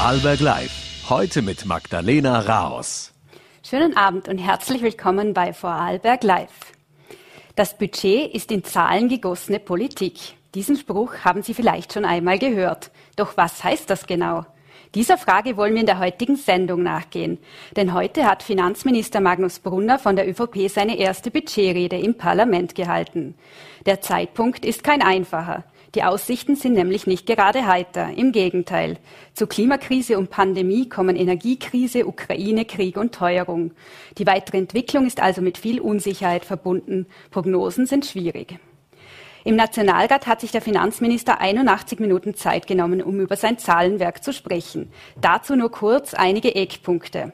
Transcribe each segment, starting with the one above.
Vorarlberg Live. Heute mit Magdalena Raos. Schönen Abend und herzlich willkommen bei Vorarlberg Live. Das Budget ist in Zahlen gegossene Politik. Diesen Spruch haben Sie vielleicht schon einmal gehört. Doch was heißt das genau? Dieser Frage wollen wir in der heutigen Sendung nachgehen. Denn heute hat Finanzminister Magnus Brunner von der ÖVP seine erste Budgetrede im Parlament gehalten. Der Zeitpunkt ist kein einfacher. Die Aussichten sind nämlich nicht gerade heiter. Im Gegenteil. Zu Klimakrise und Pandemie kommen Energiekrise, Ukraine-Krieg und Teuerung. Die weitere Entwicklung ist also mit viel Unsicherheit verbunden. Prognosen sind schwierig. Im Nationalrat hat sich der Finanzminister 81 Minuten Zeit genommen, um über sein Zahlenwerk zu sprechen. Dazu nur kurz einige Eckpunkte.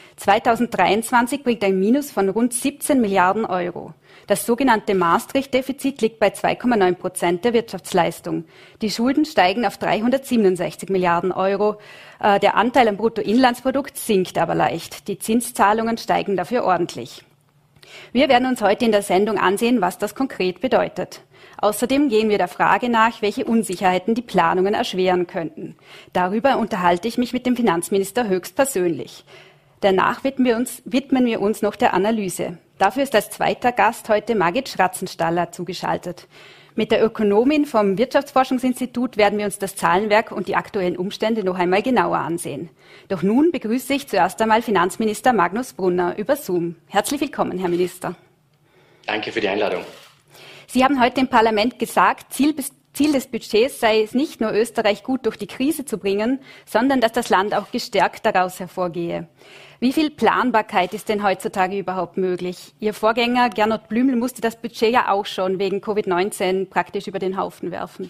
2023 bringt ein Minus von rund 17 Milliarden Euro. Das sogenannte Maastricht-Defizit liegt bei 2,9% der Wirtschaftsleistung. Die Schulden steigen auf 367 Milliarden Euro. Der Anteil am Bruttoinlandsprodukt sinkt aber leicht. Die Zinszahlungen steigen dafür ordentlich. Wir werden uns heute in der Sendung ansehen, was das konkret bedeutet. Außerdem gehen wir der Frage nach, welche Unsicherheiten die Planungen erschweren könnten. Darüber unterhalte ich mich mit dem Finanzminister höchstpersönlich. Danach widmen wir uns noch der Analyse. Dafür ist als zweiter Gast heute Margit Schratzenstaller zugeschaltet. Mit der Ökonomin vom Wirtschaftsforschungsinstitut werden wir uns das Zahlenwerk und die aktuellen Umstände noch einmal genauer ansehen. Doch nun begrüße ich zuerst einmal Finanzminister Magnus Brunner über Zoom. Herzlich willkommen, Herr Minister. Danke für die Einladung. Sie haben heute im Parlament gesagt, Ziel des Budgets sei es nicht nur, Österreich gut durch die Krise zu bringen, sondern dass das Land auch gestärkt daraus hervorgehe. Wie viel Planbarkeit ist denn heutzutage überhaupt möglich? Ihr Vorgänger Gernot Blümel musste das Budget ja auch schon wegen Covid-19 praktisch über den Haufen werfen.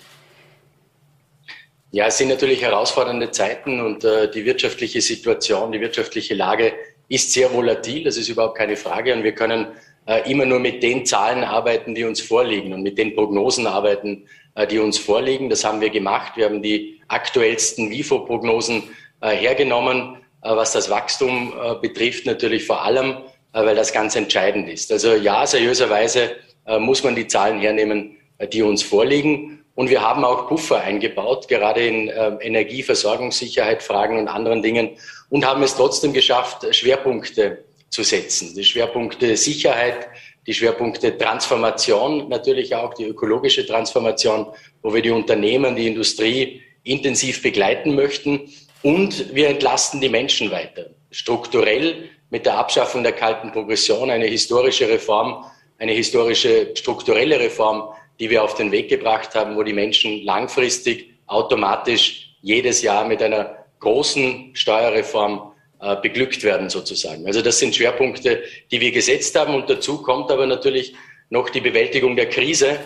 Ja, es sind natürlich herausfordernde Zeiten und die wirtschaftliche Situation, die wirtschaftliche Lage ist sehr volatil, das ist überhaupt keine Frage. Und wir können immer nur mit den Zahlen arbeiten, die uns vorliegen und mit den Prognosen arbeiten, die uns vorliegen. Das haben wir gemacht. Wir haben die aktuellsten WIFO-Prognosen hergenommen, was das Wachstum betrifft, natürlich vor allem, weil das ganz entscheidend ist. Also ja, seriöserweise muss man die Zahlen hernehmen, die uns vorliegen. Und wir haben auch Puffer eingebaut, gerade in Energieversorgungssicherheit, Fragen und anderen Dingen und haben es trotzdem geschafft, Schwerpunkte zu setzen. Die Schwerpunkte Sicherheit, die Schwerpunkte Transformation, natürlich auch die ökologische Transformation, wo wir die Unternehmen, die Industrie intensiv begleiten möchten. Und wir entlasten die Menschen weiter. Strukturell mit der Abschaffung der kalten Progression eine historische Reform, eine historische strukturelle Reform, die wir auf den Weg gebracht haben, wo die Menschen langfristig automatisch jedes Jahr mit einer großen Steuerreform beglückt werden sozusagen. Also das sind Schwerpunkte, die wir gesetzt haben. Und dazu kommt aber natürlich noch die Bewältigung der Krise.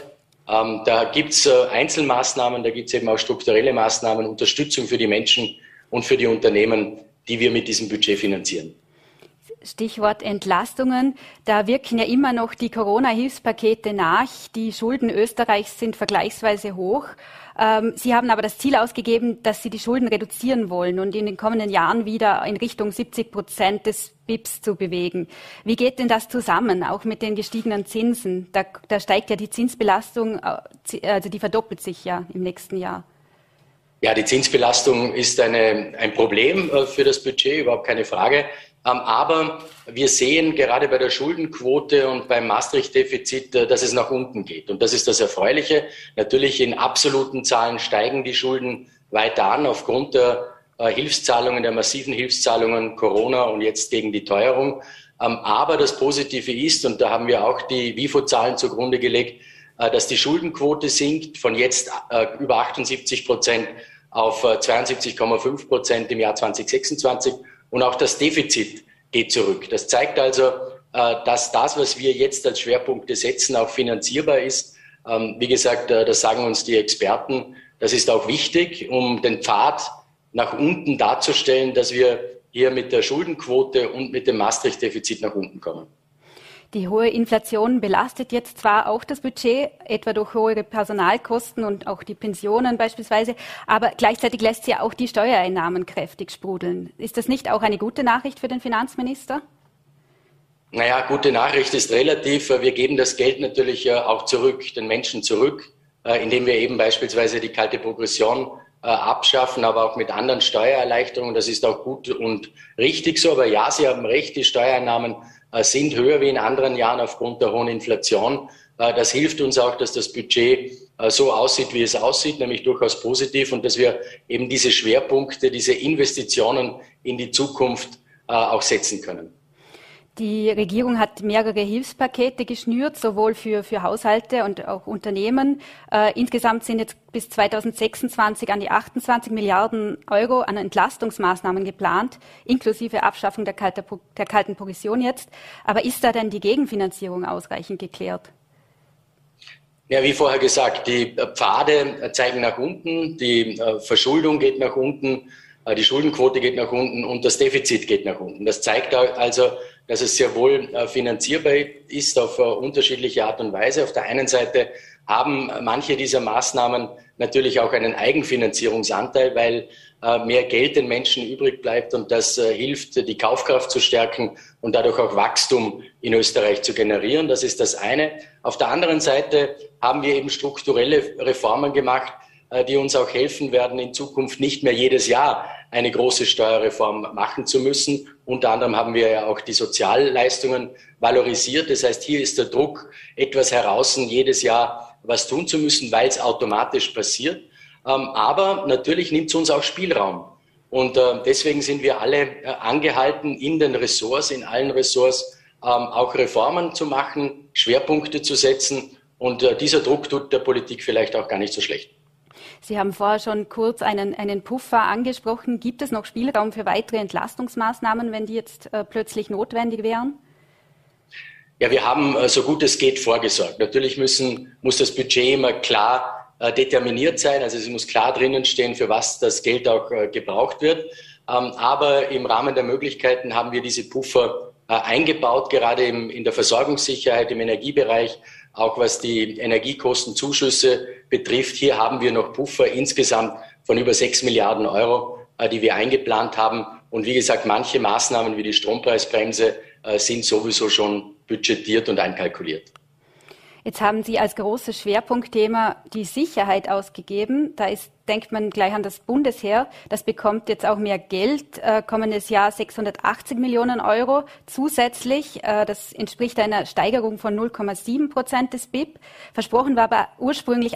Da gibt's Einzelmaßnahmen, da gibt's eben auch strukturelle Maßnahmen, Unterstützung für die Menschen und für die Unternehmen, die wir mit diesem Budget finanzieren. Stichwort Entlastungen. Da wirken ja immer noch die Corona-Hilfspakete nach. Die Schulden Österreichs sind vergleichsweise hoch. Sie haben aber das Ziel ausgegeben, dass Sie die Schulden reduzieren wollen und in den kommenden Jahren wieder in Richtung 70% des BIPs zu bewegen. Wie geht denn das zusammen, auch mit den gestiegenen Zinsen? Da steigt ja die Zinsbelastung, also die verdoppelt sich ja im nächsten Jahr. Ja, die Zinsbelastung ist ein Problem für das Budget, überhaupt keine Frage. Aber wir sehen gerade bei der Schuldenquote und beim Maastricht-Defizit, dass es nach unten geht. Und das ist das Erfreuliche. Natürlich in absoluten Zahlen steigen die Schulden weiter an aufgrund der Hilfszahlungen, der massiven Hilfszahlungen, Corona und jetzt gegen die Teuerung. Aber das Positive ist, und da haben wir auch die WIFO-Zahlen zugrunde gelegt, dass die Schuldenquote sinkt von jetzt über 78% auf 72,5% im Jahr 2026 und auch das Defizit geht zurück. Das zeigt also, dass das, was wir jetzt als Schwerpunkte setzen, auch finanzierbar ist. Wie gesagt, das sagen uns die Experten. Das ist auch wichtig, um den Pfad nach unten darzustellen, dass wir hier mit der Schuldenquote und mit dem Maastricht-Defizit nach unten kommen. Die hohe Inflation belastet jetzt zwar auch das Budget, etwa durch hohe Personalkosten und auch die Pensionen beispielsweise, aber gleichzeitig lässt sie auch die Steuereinnahmen kräftig sprudeln. Ist das nicht auch eine gute Nachricht für den Finanzminister? Naja, gute Nachricht ist relativ. Wir geben das Geld natürlich auch zurück, den Menschen zurück, indem wir eben beispielsweise die kalte Progression abschaffen, aber auch mit anderen Steuererleichterungen. Das ist auch gut und richtig so. Aber ja, Sie haben recht, die Steuereinnahmen sind höher wie in anderen Jahren aufgrund der hohen Inflation. Das hilft uns auch, dass das Budget so aussieht, wie es aussieht, nämlich durchaus positiv, und dass wir eben diese Schwerpunkte, diese Investitionen in die Zukunft auch setzen können. Die Regierung hat mehrere Hilfspakete geschnürt, sowohl für Haushalte und auch Unternehmen. Insgesamt sind jetzt bis 2026 an die 28 Milliarden Euro an Entlastungsmaßnahmen geplant, inklusive Abschaffung der kalten Progression jetzt. Aber ist da denn die Gegenfinanzierung ausreichend geklärt? Ja, wie vorher gesagt, die Pfade zeigen nach unten, die Verschuldung geht nach unten, die Schuldenquote geht nach unten und das Defizit geht nach unten. Das zeigt also, dass es sehr wohl finanzierbar ist auf unterschiedliche Art und Weise. Auf der einen Seite haben manche dieser Maßnahmen natürlich auch einen Eigenfinanzierungsanteil, weil mehr Geld den Menschen übrig bleibt, und das hilft, die Kaufkraft zu stärken und dadurch auch Wachstum in Österreich zu generieren. Das ist das eine. Auf der anderen Seite haben wir eben strukturelle Reformen gemacht, die uns auch helfen werden, in Zukunft nicht mehr jedes Jahr eine große Steuerreform machen zu müssen. Unter anderem haben wir ja auch die Sozialleistungen valorisiert. Das heißt, hier ist der Druck, etwas heraus jedes Jahr was tun zu müssen, weil es automatisch passiert. Aber natürlich nimmt es uns auch Spielraum. Und deswegen sind wir alle angehalten, in den Ressorts, in allen Ressorts auch Reformen zu machen, Schwerpunkte zu setzen. Und dieser Druck tut der Politik vielleicht auch gar nicht so schlecht. Sie haben vorher schon kurz einen Puffer angesprochen. Gibt es noch Spielraum für weitere Entlastungsmaßnahmen, wenn die jetzt plötzlich notwendig wären? Ja, wir haben so gut es geht vorgesorgt. Natürlich muss das Budget immer klar determiniert sein. Also es muss klar drinnen stehen, für was das Geld auch gebraucht wird. Aber im Rahmen der Möglichkeiten haben wir diese Puffer eingebaut, gerade in der Versorgungssicherheit, im Energiebereich, auch was die Energiekostenzuschüsse betrifft. Hier haben wir noch Puffer insgesamt von über 6 Milliarden Euro, die wir eingeplant haben. Und wie gesagt, manche Maßnahmen wie die Strompreisbremse sind sowieso schon budgetiert und einkalkuliert. Jetzt haben Sie als großes Schwerpunktthema die Sicherheit ausgegeben. Denkt man gleich an das Bundesheer. Das bekommt jetzt auch mehr Geld. Kommendes Jahr 680 Millionen Euro zusätzlich. Das entspricht einer Steigerung von 0,7% des BIP. Versprochen war aber ursprünglich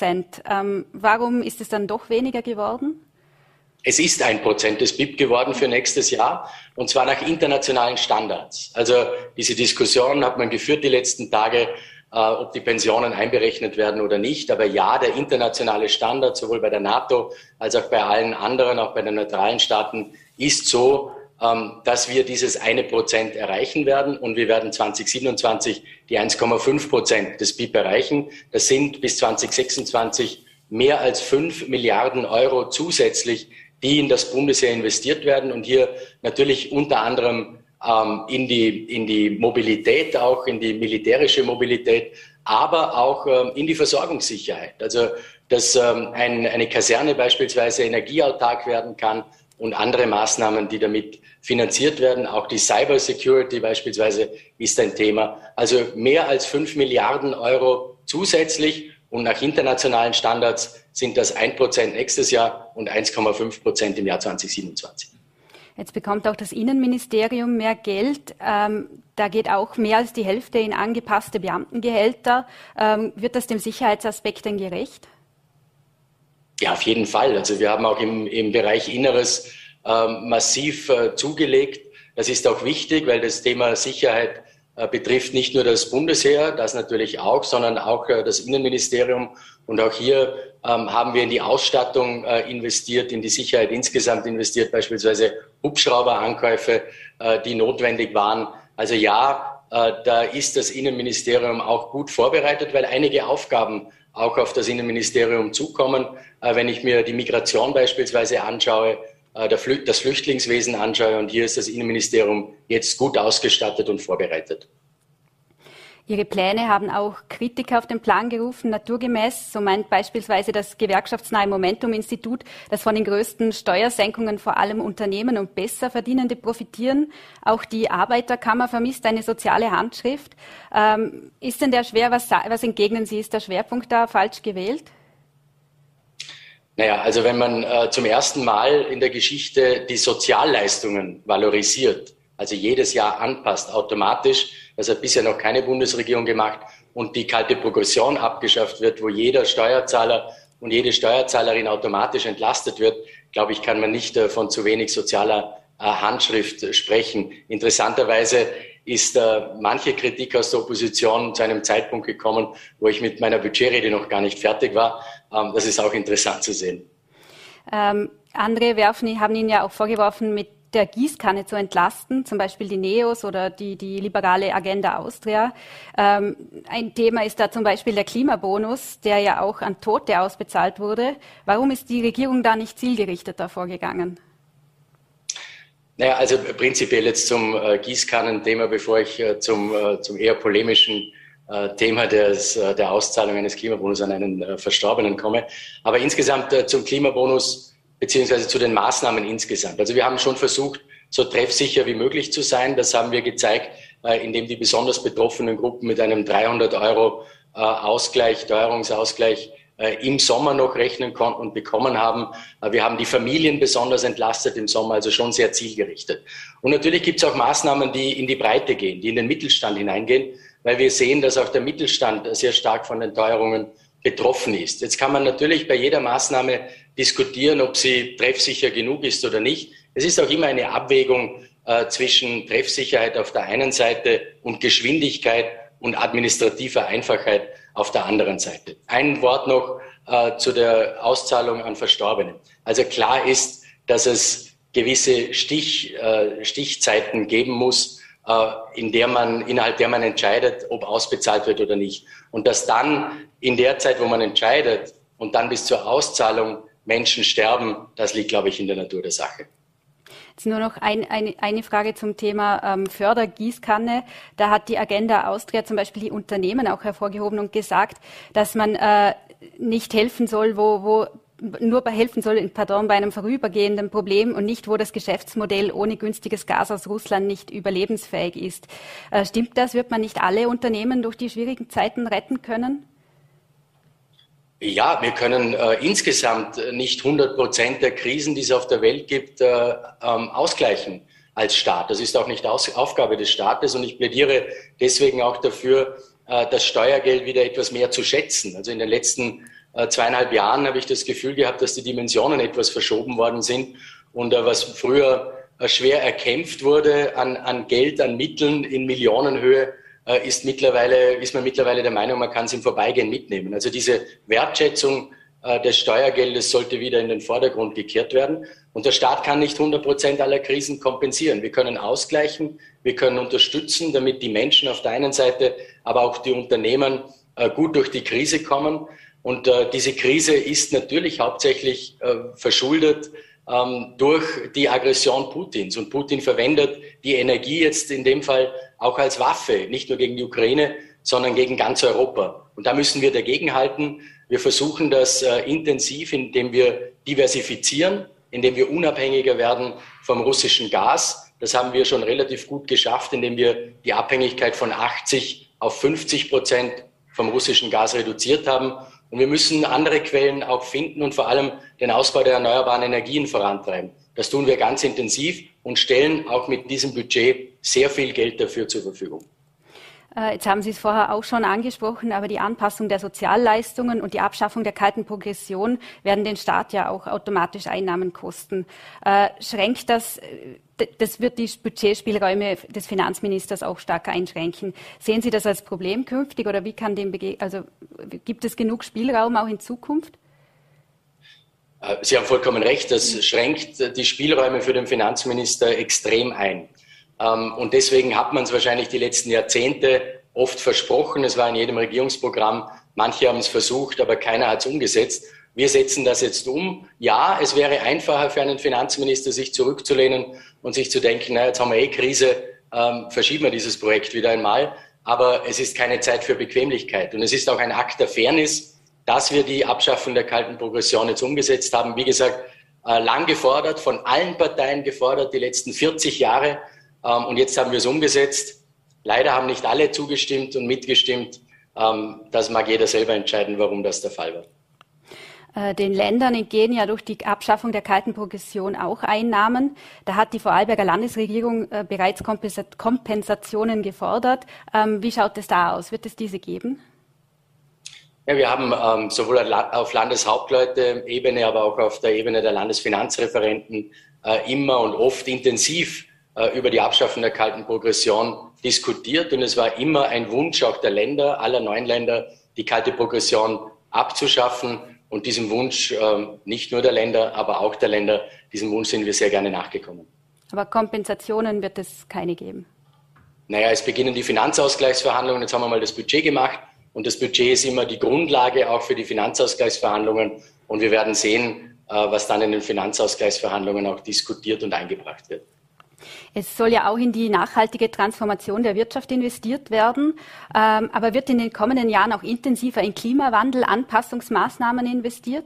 1%. Warum ist es dann doch weniger geworden? Es ist 1% des BIP geworden für nächstes Jahr, und zwar nach internationalen Standards. Also diese Diskussion hat man geführt die letzten Tage, ob die Pensionen einberechnet werden oder nicht. Aber ja, der internationale Standard, sowohl bei der NATO als auch bei allen anderen, auch bei den neutralen Staaten, ist so, dass wir dieses 1% erreichen werden. Und wir werden 2027 die 1,5% des BIP erreichen. Das sind bis 2026 mehr als 5 Milliarden Euro zusätzlich, die in das Bundesheer investiert werden. Und hier natürlich unter anderem in die Mobilität, auch in die militärische Mobilität, aber auch in die Versorgungssicherheit. Also, dass eine Kaserne beispielsweise energieautark werden kann und andere Maßnahmen, die damit finanziert werden. Auch die Cybersecurity beispielsweise ist ein Thema. Also mehr als 5 Milliarden Euro zusätzlich, und nach internationalen Standards sind das 1% nächstes Jahr und 1,5% im Jahr 2027. Jetzt bekommt auch das Innenministerium mehr Geld. Da geht auch mehr als die Hälfte in angepasste Beamtengehälter. Wird das dem Sicherheitsaspekt denn gerecht? Ja, auf jeden Fall. Also wir haben auch im Bereich Inneres massiv zugelegt. Das ist auch wichtig, weil das Thema Sicherheit betrifft nicht nur das Bundesheer, das natürlich auch, sondern auch das Innenministerium. Und auch hier haben wir in die Ausstattung investiert, in die Sicherheit insgesamt investiert, beispielsweise Hubschrauberankäufe, die notwendig waren. Also ja, da ist das Innenministerium auch gut vorbereitet, weil einige Aufgaben auch auf das Innenministerium zukommen. Wenn ich mir die Migration beispielsweise anschaue, das Flüchtlingswesen anschaue, und hier ist das Innenministerium jetzt gut ausgestattet und vorbereitet. Ihre Pläne haben auch Kritiker auf den Plan gerufen, naturgemäß. So meint beispielsweise das gewerkschaftsnahe Momentum-Institut, dass von den größten Steuersenkungen vor allem Unternehmen und Besserverdienende profitieren. Auch die Arbeiterkammer vermisst eine soziale Handschrift. Was entgegnen Sie, ist der Schwerpunkt da falsch gewählt? Naja, also wenn man zum ersten Mal in der Geschichte die Sozialleistungen valorisiert, also jedes Jahr anpasst automatisch, das hat bisher noch keine Bundesregierung gemacht, und die kalte Progression abgeschafft wird, wo jeder Steuerzahler und jede Steuerzahlerin automatisch entlastet wird, glaube ich, kann man nicht von zu wenig sozialer Handschrift sprechen. Interessanterweise ist manche Kritik aus der Opposition zu einem Zeitpunkt gekommen, wo ich mit meiner Budgetrede noch gar nicht fertig war. Das ist auch interessant zu sehen. Andere haben Ihnen ja auch vorgeworfen, mit der Gießkanne zu entlasten, zum Beispiel die NEOS oder die liberale Agenda Austria. Ein Thema ist da zum Beispiel der Klimabonus, der ja auch an Tote ausbezahlt wurde. Warum ist die Regierung da nicht zielgerichteter vorgegangen? Naja, also prinzipiell jetzt zum Gießkannenthema, bevor ich zum eher polemischen Thema der Auszahlung eines Klimabonus an einen Verstorbenen komme. Aber insgesamt zum Klimabonus beziehungsweise zu den Maßnahmen insgesamt. Also wir haben schon versucht, so treffsicher wie möglich zu sein. Das haben wir gezeigt, indem die besonders betroffenen Gruppen mit einem 300 € Teuerungsausgleich im Sommer noch rechnen konnten und bekommen haben. Wir haben die Familien besonders entlastet im Sommer, also schon sehr zielgerichtet. Und natürlich gibt es auch Maßnahmen, die in die Breite gehen, die in den Mittelstand hineingehen, weil wir sehen, dass auch der Mittelstand sehr stark von den Teuerungen betroffen ist. Jetzt kann man natürlich bei jeder Maßnahme diskutieren, ob sie treffsicher genug ist oder nicht. Es ist auch immer eine Abwägung zwischen Treffsicherheit auf der einen Seite und Geschwindigkeit und administrativer Einfachheit auf der anderen Seite. Ein Wort noch zu der Auszahlung an Verstorbene. Also klar ist, dass es gewisse Stichzeiten geben muss, innerhalb der man entscheidet, ob ausbezahlt wird oder nicht. Und dass dann in der Zeit, wo man entscheidet und dann bis zur Auszahlung Menschen sterben, das liegt, glaube ich, in der Natur der Sache. Jetzt nur noch eine Frage zum Thema Fördergießkanne. Da hat die Agenda Austria zum Beispiel die Unternehmen auch hervorgehoben und gesagt, dass man nicht helfen soll, bei einem vorübergehenden Problem und nicht, wo das Geschäftsmodell ohne günstiges Gas aus Russland nicht überlebensfähig ist. Stimmt das? Wird man nicht alle Unternehmen durch die schwierigen Zeiten retten können? Ja, wir können insgesamt nicht 100% der Krisen, die es auf der Welt gibt, ausgleichen als Staat. Das ist auch nicht Aufgabe des Staates, und ich plädiere deswegen auch dafür, das Steuergeld wieder etwas mehr zu schätzen. Also in den letzten 2,5 Jahren habe ich das Gefühl gehabt, dass die Dimensionen etwas verschoben worden sind, und was früher schwer erkämpft wurde an Geld, an Mitteln in Millionenhöhe, ist man mittlerweile der Meinung, man kann es im Vorbeigehen mitnehmen. Also diese Wertschätzung des Steuergeldes sollte wieder in den Vordergrund gekehrt werden. Und der Staat kann nicht 100% aller Krisen kompensieren. Wir können ausgleichen, wir können unterstützen, damit die Menschen auf der einen Seite, aber auch die Unternehmen gut durch die Krise kommen. Und diese Krise ist natürlich hauptsächlich verschuldet durch die Aggression Putins. Und Putin verwendet die Energie jetzt in dem Fall auch als Waffe, nicht nur gegen die Ukraine, sondern gegen ganz Europa. Und da müssen wir dagegenhalten. Wir versuchen das intensiv, indem wir diversifizieren, indem wir unabhängiger werden vom russischen Gas. Das haben wir schon relativ gut geschafft, indem wir die Abhängigkeit von 80 auf 50% vom russischen Gas reduziert haben. Und wir müssen andere Quellen auch finden und vor allem den Ausbau der erneuerbaren Energien vorantreiben. Das tun wir ganz intensiv und stellen auch mit diesem Budget sehr viel Geld dafür zur Verfügung. Jetzt haben Sie es vorher auch schon angesprochen, aber die Anpassung der Sozialleistungen und die Abschaffung der kalten Progression werden den Staat ja auch automatisch Einnahmen kosten. Schränkt das wird die Budgetspielräume des Finanzministers auch stark einschränken. Sehen Sie das als Problem künftig, oder wie kann gibt es genug Spielraum auch in Zukunft? Sie haben vollkommen recht, das schränkt die Spielräume für den Finanzminister extrem ein. Und deswegen hat man es wahrscheinlich die letzten Jahrzehnte oft versprochen. Es war in jedem Regierungsprogramm. Manche haben es versucht, aber keiner hat es umgesetzt. Wir setzen das jetzt um. Ja, es wäre einfacher für einen Finanzminister, sich zurückzulehnen und sich zu denken, na, jetzt haben wir Krise, verschieben wir dieses Projekt wieder einmal. Aber es ist keine Zeit für Bequemlichkeit. Und es ist auch ein Akt der Fairness, dass wir die Abschaffung der kalten Progression jetzt umgesetzt haben. Wie gesagt, lang gefordert, von allen Parteien gefordert, die letzten 40 Jahre. Und jetzt haben wir es umgesetzt. Leider haben nicht alle zugestimmt und mitgestimmt. Das mag jeder selber entscheiden, warum das der Fall war. Den Ländern entgehen ja durch die Abschaffung der kalten Progression auch Einnahmen. Da hat die Vorarlberger Landesregierung bereits Kompensationen gefordert. Wie schaut es da aus? Wird es diese geben? Ja, wir haben sowohl auf Landeshauptleute-Ebene, aber auch auf der Ebene der Landesfinanzreferenten immer und oft intensiv über die Abschaffung der kalten Progression diskutiert. Und es war immer ein Wunsch auch der Länder, aller 9 Länder, die kalte Progression abzuschaffen. Und diesem Wunsch, nicht nur der Länder, aber auch der Länder, diesem Wunsch sind wir sehr gerne nachgekommen. Aber Kompensationen wird es keine geben? Naja, es beginnen die Finanzausgleichsverhandlungen. Jetzt haben wir mal das Budget gemacht. Und das Budget ist immer die Grundlage auch für die Finanzausgleichsverhandlungen. Und wir werden sehen, was dann in den Finanzausgleichsverhandlungen auch diskutiert und eingebracht wird. Es soll ja auch in die nachhaltige Transformation der Wirtschaft investiert werden. Aber wird in den kommenden Jahren auch intensiver in Klimawandel, Anpassungsmaßnahmen investiert?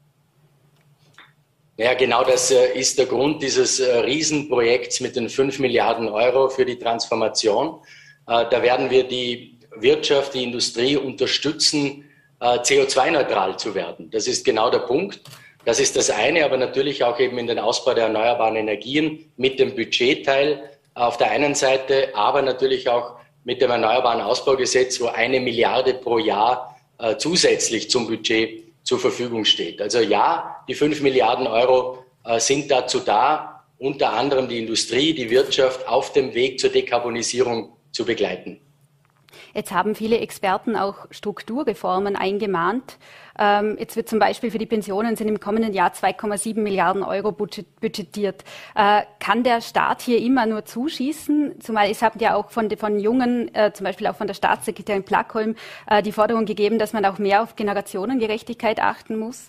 Ja, genau das ist der Grund dieses Riesenprojekts mit den 5 Milliarden Euro für die Transformation. Da werden wir die Wirtschaft, die Industrie unterstützen, CO2-neutral zu werden. Das ist genau der Punkt. Das ist das eine, aber natürlich auch eben in den Ausbau der erneuerbaren Energien mit dem Budgetteil auf der einen Seite, aber natürlich auch mit dem Erneuerbaren Ausbaugesetz, wo 1 Milliarde pro Jahr zusätzlich zum Budget zur Verfügung steht. Also ja, die 5 Milliarden Euro sind dazu da, unter anderem die Industrie, die Wirtschaft auf dem Weg zur Dekarbonisierung zu begleiten. Jetzt haben viele Experten auch Strukturreformen eingemahnt. Jetzt wird zum Beispiel für die Pensionen sind im kommenden Jahr 2,7 Milliarden Euro budgetiert. Kann der Staat hier immer nur zuschießen? Zumal es haben ja auch von Jungen, zum Beispiel auch von der Staatssekretärin Plackholm, die Forderung gegeben, dass man auch mehr auf Generationengerechtigkeit achten muss.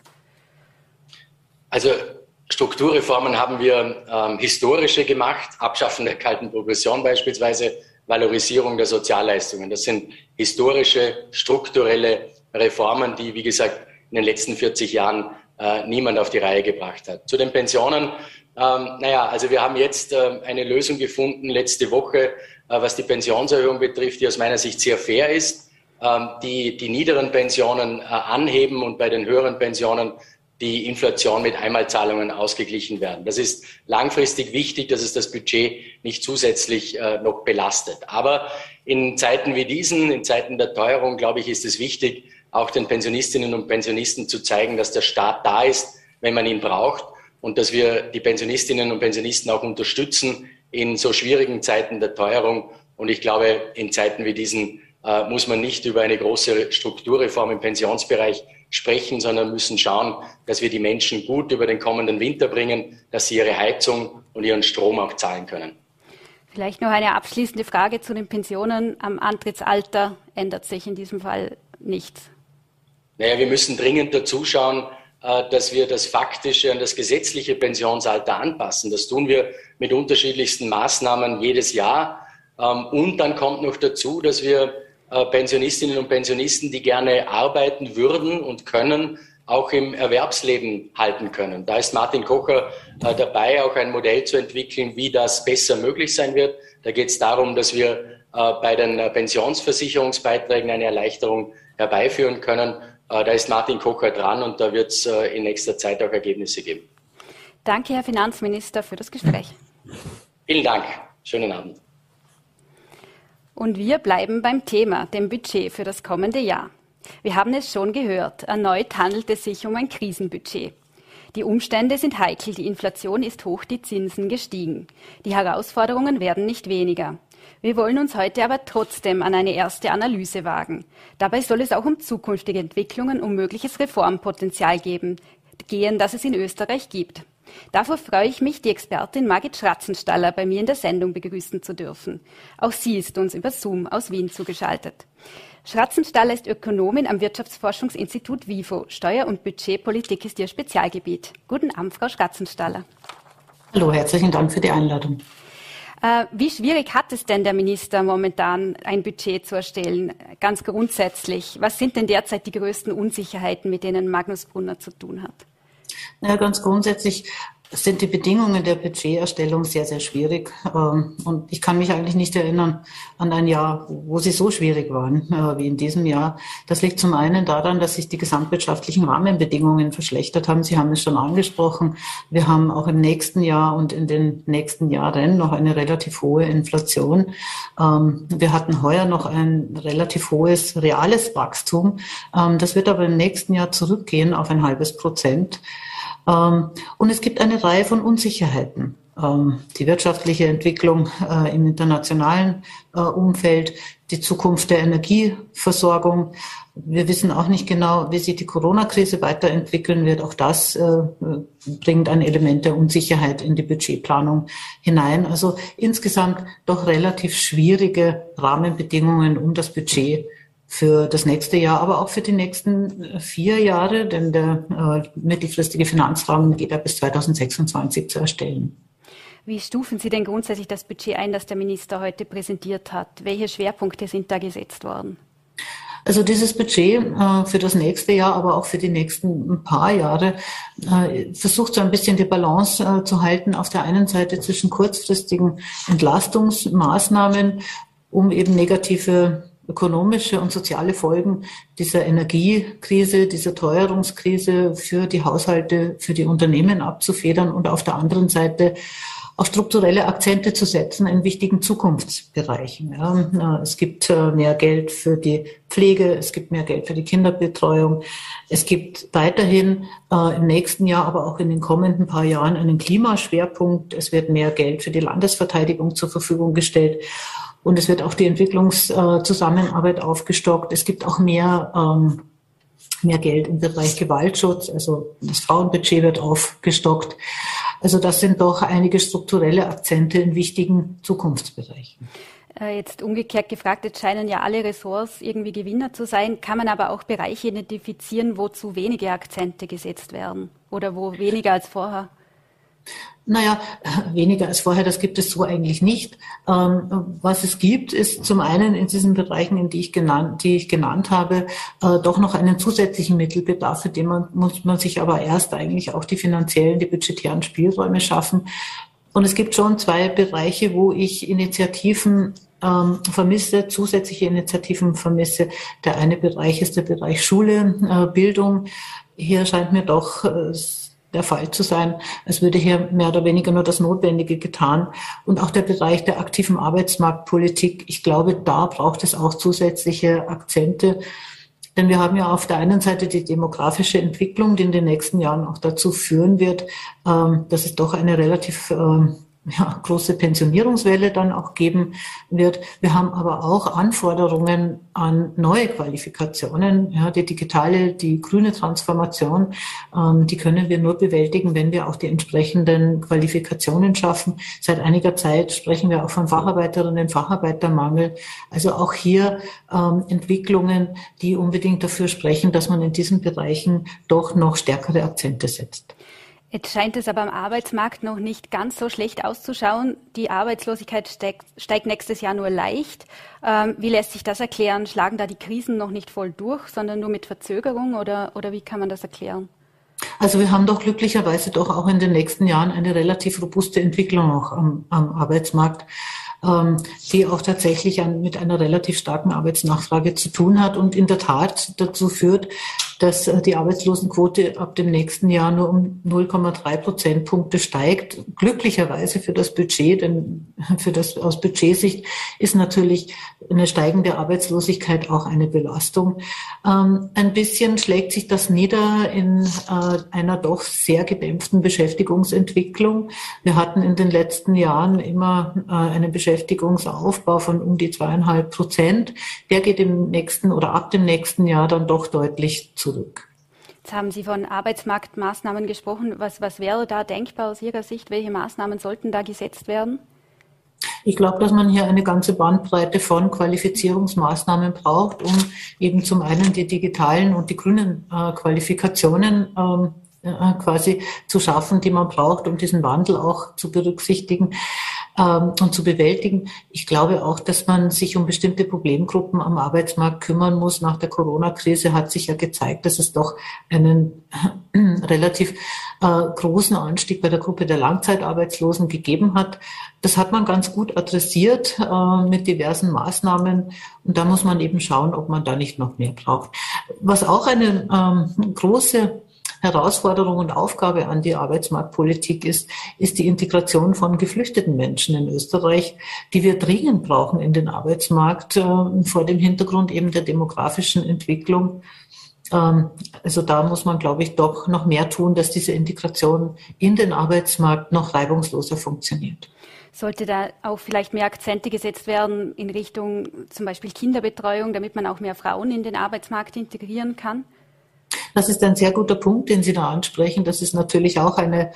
Also Strukturreformen haben wir historische gemacht, Abschaffen der kalten Progression beispielsweise, Valorisierung der Sozialleistungen. Das sind historische, strukturelle Reformen, die, wie gesagt, in den letzten 40 Jahren niemand auf die Reihe gebracht hat. Zu den Pensionen, also wir haben jetzt eine Lösung gefunden letzte Woche, was die Pensionserhöhung betrifft, die aus meiner Sicht sehr fair ist, die niederen Pensionen anheben und bei den höheren Pensionen die Inflation mit Einmalzahlungen ausgeglichen werden. Das ist langfristig wichtig, dass es das Budget nicht zusätzlich noch belastet. Aber in Zeiten wie diesen, in Zeiten der Teuerung, glaube ich, ist es wichtig, auch den Pensionistinnen und Pensionisten zu zeigen, dass der Staat da ist, wenn man ihn braucht und dass wir die Pensionistinnen und Pensionisten auch unterstützen in so schwierigen Zeiten der Teuerung. Und ich glaube, in Zeiten wie diesen muss man nicht über eine große Strukturreform im Pensionsbereich sprechen, sondern müssen schauen, dass wir die Menschen gut über den kommenden Winter bringen, dass sie ihre Heizung und ihren Strom auch zahlen können. Vielleicht noch eine abschließende Frage zu den Pensionen. Am Antrittsalter ändert sich in diesem Fall nichts. Naja, wir müssen dringend dazu schauen, dass wir das faktische und das gesetzliche Pensionsalter anpassen. Das tun wir mit unterschiedlichsten Maßnahmen jedes Jahr. Und dann kommt noch dazu, dass wir Pensionistinnen und Pensionisten, die gerne arbeiten würden und können, auch im Erwerbsleben halten können. Da ist Martin Kocher dabei, auch ein Modell zu entwickeln, wie das besser möglich sein wird. Da geht es darum, dass wir bei den Pensionsversicherungsbeiträgen eine Erleichterung herbeiführen können. Da ist Martin Kocher dran und da wird es in nächster Zeit auch Ergebnisse geben. Danke, Herr Finanzminister, für das Gespräch. Vielen Dank. Schönen Abend. Und wir bleiben beim Thema, dem Budget für das kommende Jahr. Wir haben es schon gehört, erneut handelt es sich um ein Krisenbudget. Die Umstände sind heikel, die Inflation ist hoch, die Zinsen gestiegen. Die Herausforderungen werden nicht weniger. Wir wollen uns heute aber trotzdem an eine erste Analyse wagen. Dabei soll es auch um zukünftige Entwicklungen, um mögliches Reformpotenzial gehen, das es in Österreich gibt. Davor freue ich mich, die Expertin Margit Schratzenstaller bei mir in der Sendung begrüßen zu dürfen. Auch sie ist uns über Zoom aus Wien zugeschaltet. Schratzenstaller ist Ökonomin am Wirtschaftsforschungsinstitut WIFO. Steuer- und Budgetpolitik ist ihr Spezialgebiet. Guten Abend, Frau Schratzenstaller. Hallo, herzlichen Dank für die Einladung. Wie schwierig hat es denn der Minister momentan, ein Budget zu erstellen? Ganz grundsätzlich. Was sind denn derzeit die größten Unsicherheiten, mit denen Magnus Brunner zu tun hat? Naja, ganz grundsätzlich sind die Bedingungen der Budgeterstellung sehr, sehr schwierig. Und ich kann mich eigentlich nicht erinnern an ein Jahr, wo sie so schwierig waren wie in diesem Jahr. Das liegt zum einen daran, dass sich die gesamtwirtschaftlichen Rahmenbedingungen verschlechtert haben. Sie haben es schon angesprochen. Wir haben auch im nächsten Jahr und in den nächsten Jahren noch eine relativ hohe Inflation. Wir hatten heuer noch ein relativ hohes reales Wachstum. Das wird aber im nächsten Jahr zurückgehen auf 0,5%. Und es gibt eine Reihe von Unsicherheiten. Die wirtschaftliche Entwicklung im internationalen Umfeld, die Zukunft der Energieversorgung. Wir wissen auch nicht genau, wie sich die Corona-Krise weiterentwickeln wird. Auch das bringt ein Element der Unsicherheit in die Budgetplanung hinein. Also insgesamt doch relativ schwierige Rahmenbedingungen, um das Budget für das nächste Jahr, aber auch für die nächsten 4 Jahre, denn der mittelfristige Finanzrahmen geht ja bis 2026 zu erstellen. Wie stufen Sie denn grundsätzlich das Budget ein, das der Minister heute präsentiert hat? Welche Schwerpunkte sind da gesetzt worden? Also dieses Budget für das nächste Jahr, aber auch für die nächsten paar Jahre versucht so ein bisschen die Balance zu halten. Auf der einen Seite zwischen kurzfristigen Entlastungsmaßnahmen, um eben negative ökonomische und soziale Folgen dieser Energiekrise, dieser Teuerungskrise für die Haushalte, für die Unternehmen abzufedern und auf der anderen Seite auch strukturelle Akzente zu setzen in wichtigen Zukunftsbereichen. Ja, es gibt mehr Geld für die Pflege, es gibt mehr Geld für die Kinderbetreuung. Es gibt weiterhin im nächsten Jahr, aber auch in den kommenden paar Jahren einen Klimaschwerpunkt. Es wird mehr Geld für die Landesverteidigung zur Verfügung gestellt. Und es wird auch die Entwicklungszusammenarbeit aufgestockt. Es gibt auch mehr Geld im Bereich Gewaltschutz. Also das Frauenbudget wird aufgestockt. Also das sind doch einige strukturelle Akzente in wichtigen Zukunftsbereichen. Jetzt umgekehrt gefragt, jetzt scheinen ja alle Ressorts irgendwie Gewinner zu sein. Kann man aber auch Bereiche identifizieren, wo zu wenige Akzente gesetzt werden oder wo weniger als vorher? Naja, weniger als vorher, das gibt es so eigentlich nicht. Was es gibt, ist zum einen in diesen Bereichen, die ich genannt habe, doch noch einen zusätzlichen Mittelbedarf, für den muss man sich aber erst eigentlich auch die finanziellen, die budgetären Spielräume schaffen. Und es gibt schon 2 Bereiche, wo ich Initiativen vermisse, zusätzliche Initiativen vermisse. Der eine Bereich ist der Bereich Schule, Bildung. Hier scheint mir doch der Fall zu sein, als würde hier mehr oder weniger nur das Notwendige getan. Und auch der Bereich der aktiven Arbeitsmarktpolitik, ich glaube, da braucht es auch zusätzliche Akzente. Denn wir haben ja auf der einen Seite die demografische Entwicklung, die in den nächsten Jahren auch dazu führen wird, dass es doch eine relativ große Pensionierungswelle dann auch geben wird. Wir haben aber auch Anforderungen an neue Qualifikationen. Ja, die digitale, die grüne Transformation, die können wir nur bewältigen, wenn wir auch die entsprechenden Qualifikationen schaffen. Seit einiger Zeit sprechen wir auch von Facharbeiterinnen und Facharbeitermangel. Also auch hier Entwicklungen, die unbedingt dafür sprechen, dass man in diesen Bereichen doch noch stärkere Akzente setzt. Jetzt scheint es aber am Arbeitsmarkt noch nicht ganz so schlecht auszuschauen. Die Arbeitslosigkeit steigt nächstes Jahr nur leicht. Wie lässt sich das erklären? Schlagen da die Krisen noch nicht voll durch, sondern nur mit Verzögerung oder wie kann man das erklären? Also wir haben doch glücklicherweise doch auch in den nächsten Jahren eine relativ robuste Entwicklung auch am Arbeitsmarkt, die auch tatsächlich mit einer relativ starken Arbeitsnachfrage zu tun hat und in der Tat dazu führt, dass die Arbeitslosenquote ab dem nächsten Jahr nur um 0,3 Prozentpunkte steigt. Glücklicherweise für das Budget, denn aus Budgetsicht ist natürlich eine steigende Arbeitslosigkeit auch eine Belastung. Ein bisschen schlägt sich das nieder in einer doch sehr gedämpften Beschäftigungsentwicklung. Wir hatten in den letzten Jahren immer einen Beschäftigungsaufbau von um die 2,5%. Der geht ab dem nächsten Jahr dann doch deutlich zurück. Jetzt haben Sie von Arbeitsmarktmaßnahmen gesprochen. Was wäre da denkbar aus Ihrer Sicht? Welche Maßnahmen sollten da gesetzt werden? Ich glaube, dass man hier eine ganze Bandbreite von Qualifizierungsmaßnahmen braucht, um eben zum einen die digitalen und die grünen Qualifikationen quasi zu schaffen, die man braucht, um diesen Wandel auch zu berücksichtigen. und zu bewältigen. Ich glaube auch, dass man sich um bestimmte Problemgruppen am Arbeitsmarkt kümmern muss. Nach der Corona-Krise hat sich ja gezeigt, dass es doch einen relativ großen Anstieg bei der Gruppe der Langzeitarbeitslosen gegeben hat. Das hat man ganz gut adressiert mit diversen Maßnahmen. Und da muss man eben schauen, ob man da nicht noch mehr braucht. Was auch eine große Herausforderung und Aufgabe an die Arbeitsmarktpolitik ist die Integration von geflüchteten Menschen in Österreich, die wir dringend brauchen in den Arbeitsmarkt, vor dem Hintergrund eben der demografischen Entwicklung. Also da muss man, glaube ich, doch noch mehr tun, dass diese Integration in den Arbeitsmarkt noch reibungsloser funktioniert. Sollte da auch vielleicht mehr Akzente gesetzt werden in Richtung zum Beispiel Kinderbetreuung, damit man auch mehr Frauen in den Arbeitsmarkt integrieren kann? Das ist ein sehr guter Punkt, den Sie da ansprechen. Das ist natürlich auch eine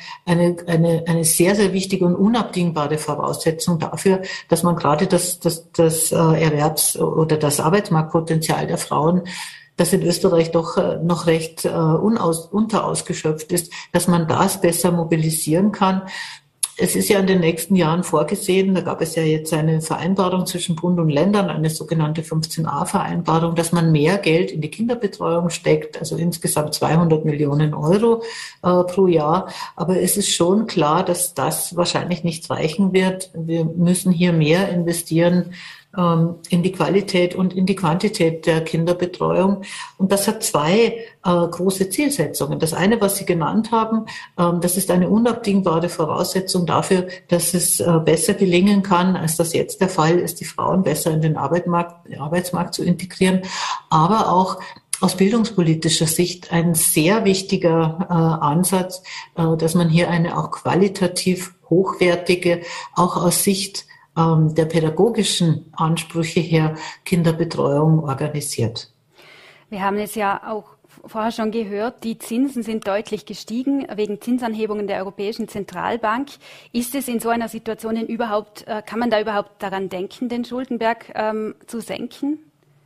sehr, sehr wichtige und unabdingbare Voraussetzung dafür, dass man gerade das Erwerbs- oder das Arbeitsmarktpotenzial der Frauen, das in Österreich doch noch recht unterausgeschöpft ist, dass man das besser mobilisieren kann. Es ist ja in den nächsten Jahren vorgesehen, da gab es ja jetzt eine Vereinbarung zwischen Bund und Ländern, eine sogenannte 15a-Vereinbarung, dass man mehr Geld in die Kinderbetreuung steckt, also insgesamt 200 Millionen Euro pro Jahr. Aber es ist schon klar, dass das wahrscheinlich nicht reichen wird. Wir müssen hier mehr investieren in die Qualität und in die Quantität der Kinderbetreuung. Und das hat zwei große Zielsetzungen. Das eine, was Sie genannt haben, das ist eine unabdingbare Voraussetzung dafür, dass es besser gelingen kann, als das jetzt der Fall ist, die Frauen besser in den Arbeitsmarkt zu integrieren, aber auch aus bildungspolitischer Sicht ein sehr wichtiger Ansatz, dass man hier eine auch qualitativ hochwertige, auch aus Sicht der pädagogischen Ansprüche her Kinderbetreuung organisiert. Wir haben es ja auch vorher schon gehört, die Zinsen sind deutlich gestiegen wegen Zinsanhebungen der Europäischen Zentralbank. Ist es in so einer Situation denn überhaupt, kann man da überhaupt daran denken, den Schuldenberg zu senken?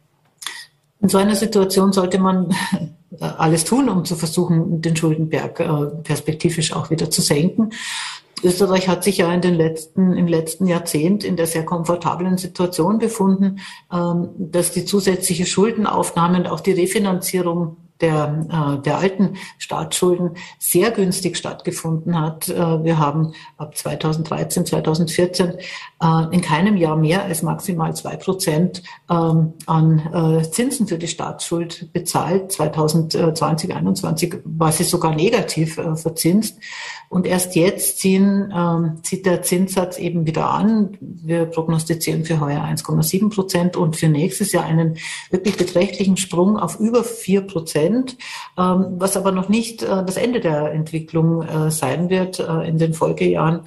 In so einer Situation sollte man alles tun, um zu versuchen, den Schuldenberg perspektivisch auch wieder zu senken. Österreich hat sich ja im letzten Jahrzehnt in der sehr komfortablen Situation befunden, dass die zusätzliche Schuldenaufnahme und auch die Refinanzierung der alten Staatsschulden sehr günstig stattgefunden hat. Wir haben ab 2013, 2014 in keinem Jahr mehr als maximal 2% an Zinsen für die Staatsschuld bezahlt. 2020, 2021 war sie sogar negativ verzinst. Und erst jetzt zieht der Zinssatz eben wieder an. Wir prognostizieren für heuer 1,7% und für nächstes Jahr einen wirklich beträchtlichen Sprung auf über 4%. Was aber noch nicht das Ende der Entwicklung sein wird. In den Folgejahren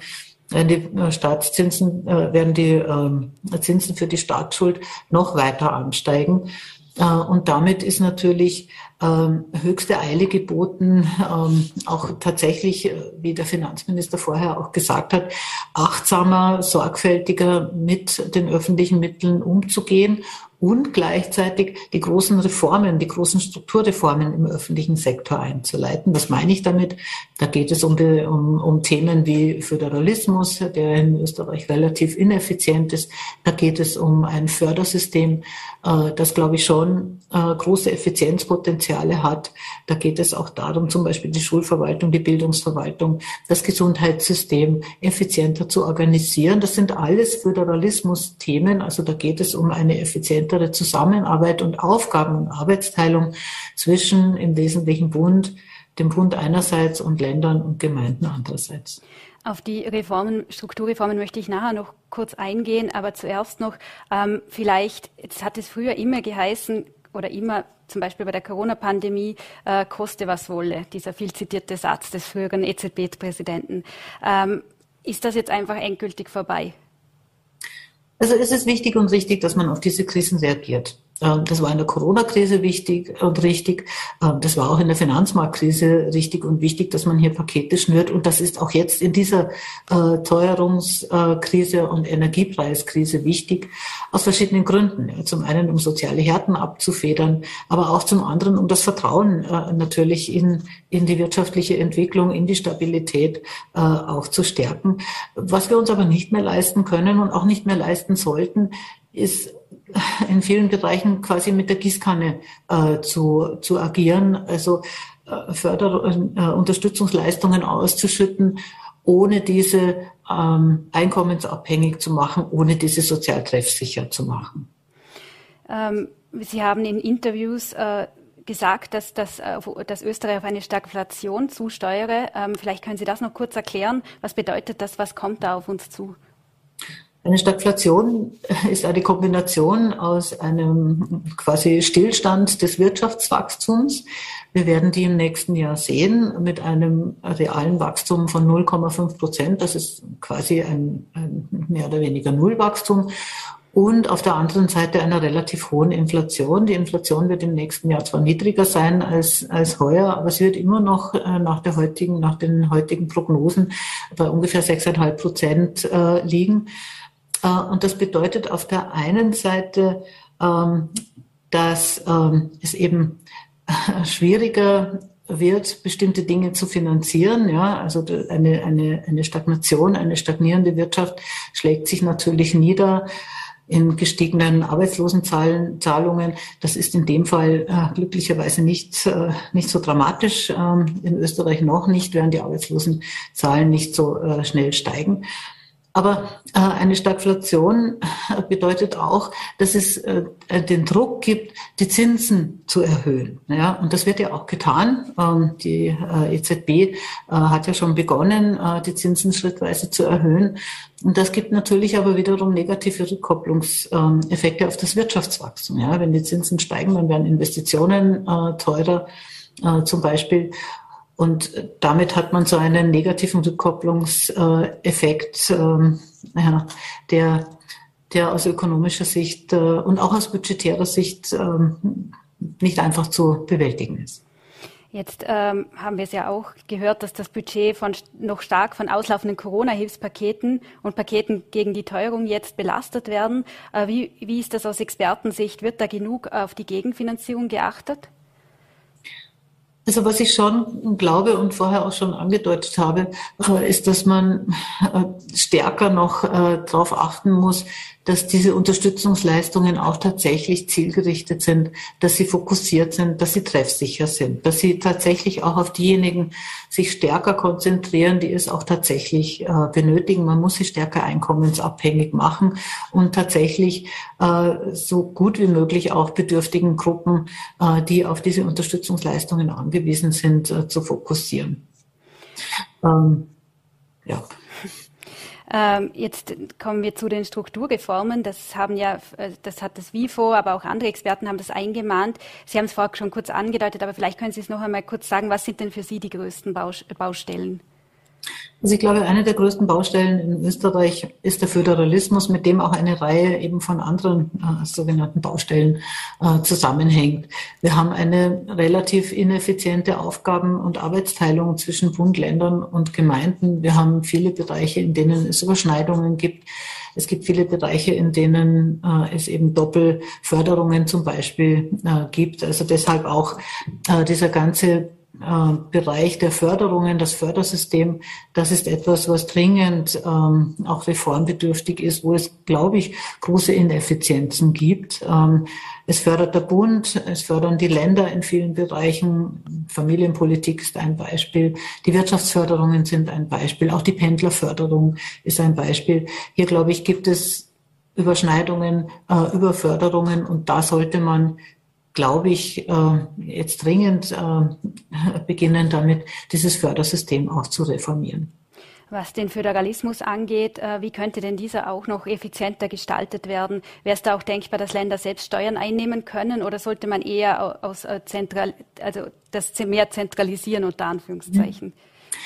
werden die Zinsen für die Staatsschuld noch weiter ansteigen. Und damit ist natürlich höchste Eile geboten, auch tatsächlich, wie der Finanzminister vorher auch gesagt hat, achtsamer, sorgfältiger mit den öffentlichen Mitteln umzugehen und gleichzeitig die großen Reformen, die großen Strukturreformen im öffentlichen Sektor einzuleiten. Was meine ich damit? Da geht es um Themen wie Föderalismus, der in Österreich relativ ineffizient ist. Da geht es um ein Fördersystem, das, glaube ich, schon große Effizienzpotenziale hat. Da geht es auch darum, zum Beispiel die Schulverwaltung, die Bildungsverwaltung, das Gesundheitssystem effizienter zu organisieren. Das sind alles Föderalismus-Themen. Also da geht es um eine effizientere Zusammenarbeit und Aufgaben- und Arbeitsteilung zwischen im Wesentlichen dem Bund einerseits und Ländern und Gemeinden andererseits. Auf die Strukturreformen möchte ich nachher noch kurz eingehen, aber zuerst noch vielleicht, jetzt hat es früher immer geheißen, oder immer zum Beispiel bei der Corona-Pandemie, koste was wolle, dieser viel zitierte Satz des früheren EZB-Präsidenten. Ist das jetzt einfach endgültig vorbei? Also es ist wichtig und richtig, dass man auf diese Krisen reagiert. Das war in der Corona-Krise wichtig und richtig. Das war auch in der Finanzmarktkrise richtig und wichtig, dass man hier Pakete schnürt. Und das ist auch jetzt in dieser Teuerungskrise und Energiepreiskrise wichtig, aus verschiedenen Gründen. Ja, zum einen, um soziale Härten abzufedern, aber auch zum anderen, um das Vertrauen natürlich in die wirtschaftliche Entwicklung, in die Stabilität auch zu stärken. Was wir uns aber nicht mehr leisten können und auch nicht mehr leisten sollten, ist in vielen Bereichen quasi mit der Gießkanne zu agieren, also Unterstützungsleistungen auszuschütten, ohne diese einkommensabhängig zu machen, ohne diese sozial treffsicher zu machen. Sie haben in Interviews gesagt, dass Österreich auf eine Stagflation zusteuere. Vielleicht können Sie das noch kurz erklären. Was bedeutet das? Was kommt da auf uns zu? Eine Stagflation ist eine Kombination aus einem quasi Stillstand des Wirtschaftswachstums. Wir werden die im nächsten Jahr sehen mit einem realen Wachstum von 0,5%. Das ist quasi ein mehr oder weniger Nullwachstum. Und auf der anderen Seite einer relativ hohen Inflation. Die Inflation wird im nächsten Jahr zwar niedriger sein als heuer, aber sie wird immer noch nach den heutigen Prognosen bei ungefähr 6,5% liegen. Und das bedeutet auf der einen Seite, dass es eben schwieriger wird, bestimmte Dinge zu finanzieren. Ja, also eine Stagnation, eine stagnierende Wirtschaft schlägt sich natürlich nieder in gestiegenen Arbeitslosenzahlungen. Das ist in dem Fall glücklicherweise nicht so dramatisch. In Österreich noch nicht, während die Arbeitslosenzahlen nicht so schnell steigen. Aber eine Stagflation bedeutet auch, dass es den Druck gibt, die Zinsen zu erhöhen. Ja, und das wird ja auch getan. Die EZB hat ja schon begonnen, die Zinsen schrittweise zu erhöhen. Und das gibt natürlich aber wiederum negative Rückkopplungseffekte auf das Wirtschaftswachstum. Ja, wenn die Zinsen steigen, dann werden Investitionen teurer, zum Beispiel. Und damit hat man so einen negativen Rückkopplungseffekt, der aus ökonomischer Sicht und auch aus budgetärer Sicht nicht einfach zu bewältigen ist. Jetzt haben wir es ja auch gehört, dass das Budget noch stark von auslaufenden Corona-Hilfspaketen und Paketen gegen die Teuerung jetzt belastet werden. Wie ist das aus Expertensicht? Wird da genug auf die Gegenfinanzierung geachtet? Also was ich schon glaube und vorher auch schon angedeutet habe, ist, dass man stärker noch darauf achten muss, dass diese Unterstützungsleistungen auch tatsächlich zielgerichtet sind, dass sie fokussiert sind, dass sie treffsicher sind, dass sie tatsächlich auch auf diejenigen sich stärker konzentrieren, die es auch tatsächlich benötigen. Man muss sie stärker einkommensabhängig machen und tatsächlich so gut wie möglich auch bedürftigen Gruppen, die auf diese Unterstützungsleistungen angewiesen sind, zu fokussieren. Ja. Jetzt kommen wir zu den Strukturreformen. Das hat das WIFO, aber auch andere Experten haben das eingemahnt. Sie haben es vorher schon kurz angedeutet, aber vielleicht können Sie es noch einmal kurz sagen. Was sind denn für Sie die größten Baustellen? Also ich glaube, eine der größten Baustellen in Österreich ist der Föderalismus, mit dem auch eine Reihe eben von anderen sogenannten Baustellen zusammenhängt. Wir haben eine relativ ineffiziente Aufgaben- und Arbeitsteilung zwischen Bund, Ländern und Gemeinden. Wir haben viele Bereiche, in denen es Überschneidungen gibt. Es gibt viele Bereiche, in denen es eben Doppelförderungen zum Beispiel gibt. Also deshalb auch dieser ganze Bereich der Förderungen, das Fördersystem, das ist etwas, was dringend auch reformbedürftig ist, wo es, glaube ich, große Ineffizienzen gibt. Es fördert der Bund, es fördern die Länder in vielen Bereichen. Familienpolitik ist ein Beispiel. Die Wirtschaftsförderungen sind ein Beispiel. Auch die Pendlerförderung ist ein Beispiel. Hier, glaube ich, gibt es Überschneidungen, Überförderungen und da sollte man, glaube ich, jetzt dringend beginnen damit, dieses Fördersystem auch zu reformieren. Was den Föderalismus angeht, wie könnte denn dieser auch noch effizienter gestaltet werden? Wäre es da auch denkbar, dass Länder selbst Steuern einnehmen können oder sollte man eher das mehr zentralisieren, unter Anführungszeichen?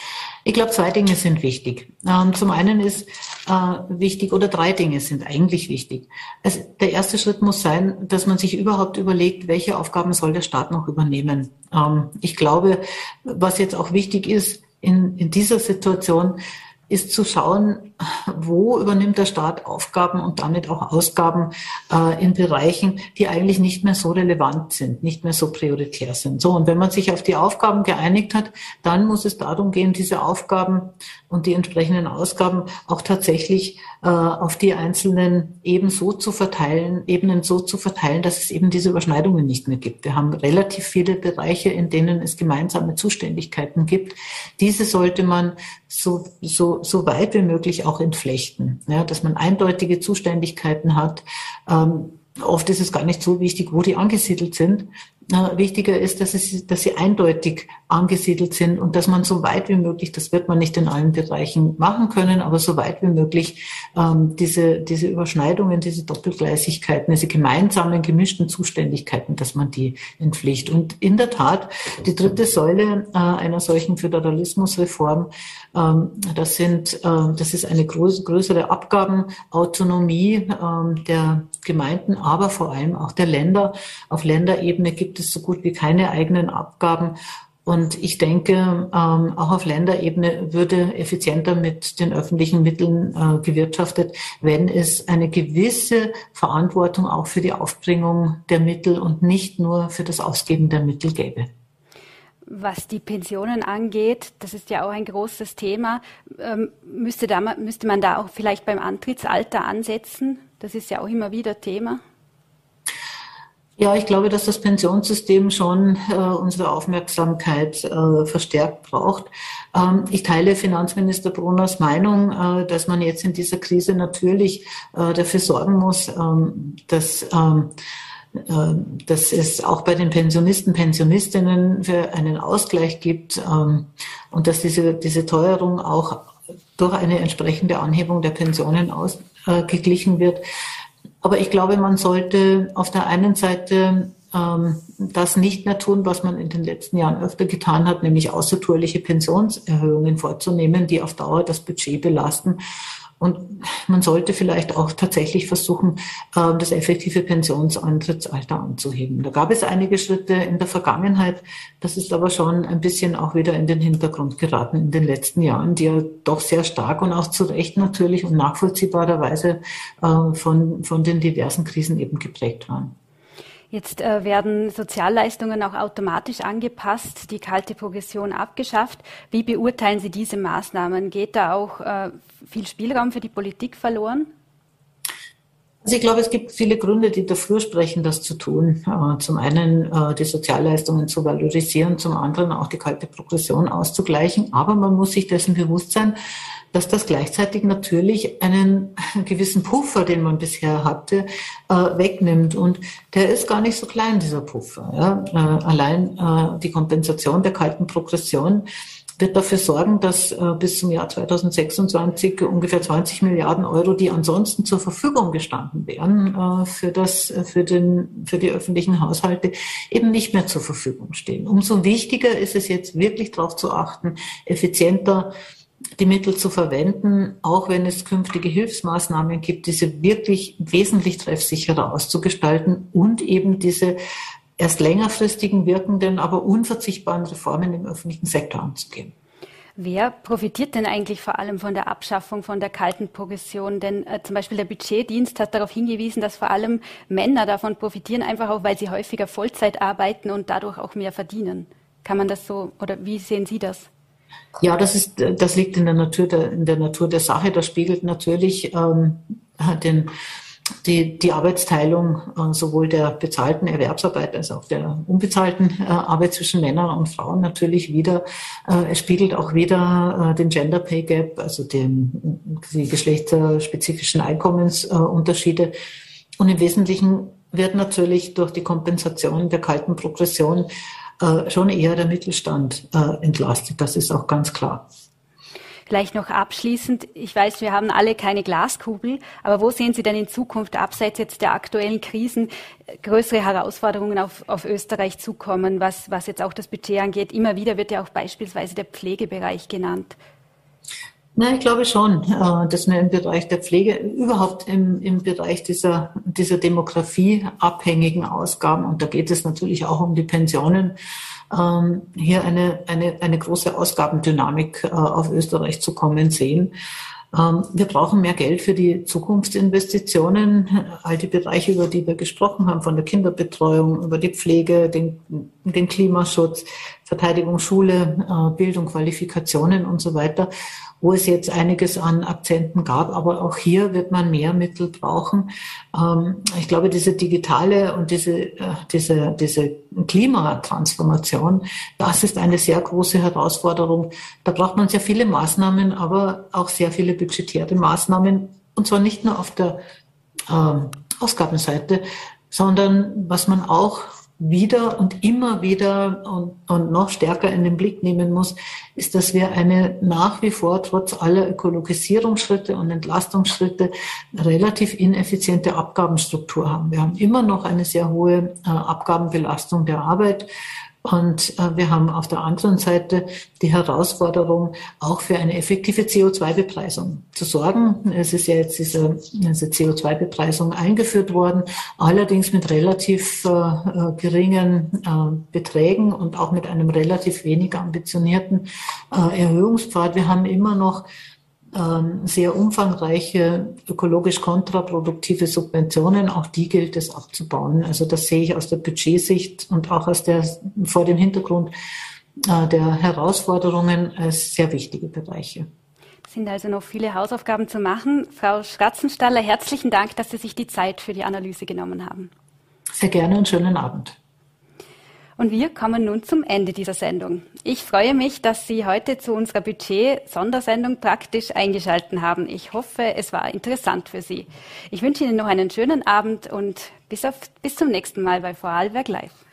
Ich glaube, zwei Dinge sind wichtig. Zum einen ist wichtig, oder drei Dinge sind eigentlich wichtig. Also der erste Schritt muss sein, dass man sich überhaupt überlegt, welche Aufgaben soll der Staat noch übernehmen. Ich glaube, was jetzt auch wichtig ist in dieser Situation, ist zu schauen, wo übernimmt der Staat Aufgaben und damit auch Ausgaben in Bereichen, die eigentlich nicht mehr so relevant sind, nicht mehr so prioritär sind. So, und wenn man sich auf die Aufgaben geeinigt hat, dann muss es darum gehen, diese Aufgaben und die entsprechenden Ausgaben auch tatsächlich auf die einzelnen Ebenen so zu verteilen, dass es eben diese Überschneidungen nicht mehr gibt. Wir haben relativ viele Bereiche, in denen es gemeinsame Zuständigkeiten gibt. Diese sollte man so weit wie möglich auch entflechten, ja, dass man eindeutige Zuständigkeiten hat. Oft ist es gar nicht so wichtig, wo die angesiedelt sind. Wichtiger ist, dass sie eindeutig angesiedelt sind und dass man so weit wie möglich, das wird man nicht in allen Bereichen machen können, aber so weit wie möglich diese Überschneidungen, diese Doppelgleisigkeiten, diese gemeinsamen gemischten Zuständigkeiten, dass man die entpflicht. Und in der Tat, die dritte Säule einer solchen Föderalismusreform, das ist eine größere Abgabenautonomie der Gemeinden, aber vor allem auch der Länder. Auf Länderebene gibt es so gut wie keine eigenen Abgaben. Und ich denke, auch auf Länderebene würde effizienter mit den öffentlichen Mitteln gewirtschaftet, wenn es eine gewisse Verantwortung auch für die Aufbringung der Mittel und nicht nur für das Ausgeben der Mittel gäbe. Was die Pensionen angeht, das ist ja auch ein großes Thema, müsste man da auch vielleicht beim Antrittsalter ansetzen? Das ist ja auch immer wieder Thema. Ja, ich glaube, dass das Pensionssystem schon unsere Aufmerksamkeit verstärkt braucht. Ich teile Finanzminister Bruners Meinung, dass man jetzt in dieser Krise natürlich dafür sorgen muss, dass es auch bei den Pensionisten, Pensionistinnen für einen Ausgleich gibt und dass diese Teuerung auch durch eine entsprechende Anhebung der Pensionen ausgeglichen wird. Aber ich glaube, man sollte auf der einen Seite das nicht mehr tun, was man in den letzten Jahren öfter getan hat, nämlich außertourliche Pensionserhöhungen vorzunehmen, die auf Dauer das Budget belasten. Und man sollte vielleicht auch tatsächlich versuchen, das effektive Pensionsantrittsalter anzuheben. Da gab es einige Schritte in der Vergangenheit. Das ist aber schon ein bisschen auch wieder in den Hintergrund geraten in den letzten Jahren, die ja doch sehr stark und auch zu Recht natürlich und nachvollziehbarerweise von den diversen Krisen eben geprägt waren. Jetzt werden Sozialleistungen auch automatisch angepasst, die kalte Progression abgeschafft. Wie beurteilen Sie diese Maßnahmen? Geht da auch viel Spielraum für die Politik verloren? Also ich glaube, es gibt viele Gründe, die dafür sprechen, das zu tun. Zum einen die Sozialleistungen zu valorisieren, zum anderen auch die kalte Progression auszugleichen. Aber man muss sich dessen bewusst sein, dass das gleichzeitig natürlich einen gewissen Puffer, den man bisher hatte, wegnimmt. Und der ist gar nicht so klein, dieser Puffer. Ja? Allein die Kompensation der kalten Progression wird dafür sorgen, dass bis zum Jahr 2026 ungefähr 20 Milliarden Euro, die ansonsten zur Verfügung gestanden wären für die öffentlichen Haushalte, eben nicht mehr zur Verfügung stehen. Umso wichtiger ist es jetzt wirklich darauf zu achten, effizienter die Mittel zu verwenden, auch wenn es künftige Hilfsmaßnahmen gibt, diese wirklich wesentlich treffsicherer auszugestalten und eben diese erst längerfristigen wirkenden, aber unverzichtbaren Reformen im öffentlichen Sektor anzugehen. Wer profitiert denn eigentlich vor allem von der Abschaffung von der kalten Progression? Denn zum Beispiel der Budgetdienst hat darauf hingewiesen, dass vor allem Männer davon profitieren, einfach auch, weil sie häufiger Vollzeit arbeiten und dadurch auch mehr verdienen. Kann man das so, oder wie sehen Sie das? Ja, das liegt in der Natur der Sache. Das spiegelt natürlich die Arbeitsteilung sowohl der bezahlten Erwerbsarbeit als auch der unbezahlten Arbeit zwischen Männern und Frauen natürlich wieder. Es spiegelt auch wieder den Gender Pay Gap, also die geschlechterspezifischen Einkommensunterschiede. Und im Wesentlichen wird natürlich durch die Kompensation der kalten Progression schon eher der Mittelstand entlastet. Das ist auch ganz klar. Vielleicht noch abschließend, ich weiß, wir haben alle keine Glaskugel, aber wo sehen Sie denn in Zukunft, abseits jetzt der aktuellen Krisen, größere Herausforderungen auf Österreich zukommen, was jetzt auch das Budget angeht? Immer wieder wird ja auch beispielsweise der Pflegebereich genannt. Na, ich glaube schon, dass wir im Bereich der Pflege, überhaupt im Bereich dieser demografieabhängigen Ausgaben, und da geht es natürlich auch um die Pensionen, hier eine große Ausgabendynamik auf Österreich zu kommen sehen. Wir brauchen mehr Geld für die Zukunftsinvestitionen. All die Bereiche, über die wir gesprochen haben, von der Kinderbetreuung, über die Pflege, den Klimaschutz, Verteidigung, Schule, Bildung, Qualifikationen und so weiter, wo es jetzt einiges an Akzenten gab. Aber auch hier wird man mehr Mittel brauchen. Ich glaube, diese digitale und diese Klimatransformation, das ist eine sehr große Herausforderung. Da braucht man sehr viele Maßnahmen, aber auch sehr viele budgetäre Maßnahmen. Und zwar nicht nur auf der Ausgabenseite, sondern was man auch wieder und immer wieder und noch stärker in den Blick nehmen muss, ist, dass wir eine nach wie vor trotz aller Ökologisierungsschritte und Entlastungsschritte relativ ineffiziente Abgabenstruktur haben. Wir haben immer noch eine sehr hohe Abgabenbelastung der Arbeit. Und wir haben auf der anderen Seite die Herausforderung, auch für eine effektive CO2-Bepreisung zu sorgen. Es ist ja jetzt diese CO2-Bepreisung eingeführt worden, allerdings mit relativ geringen Beträgen und auch mit einem relativ wenig ambitionierten Erhöhungspfad. Wir haben immer noch sehr umfangreiche, ökologisch kontraproduktive Subventionen. Auch die gilt es abzubauen. Also das sehe ich aus der Budgetsicht und auch vor dem Hintergrund der Herausforderungen als sehr wichtige Bereiche. Es sind also noch viele Hausaufgaben zu machen. Frau Schratzenstaller, herzlichen Dank, dass Sie sich die Zeit für die Analyse genommen haben. Sehr gerne und schönen Abend. Und wir kommen nun zum Ende dieser Sendung. Ich freue mich, dass Sie heute zu unserer Budget-Sondersendung praktisch eingeschaltet haben. Ich hoffe, es war interessant für Sie. Ich wünsche Ihnen noch einen schönen Abend und bis zum nächsten Mal bei Vorarlberg Live.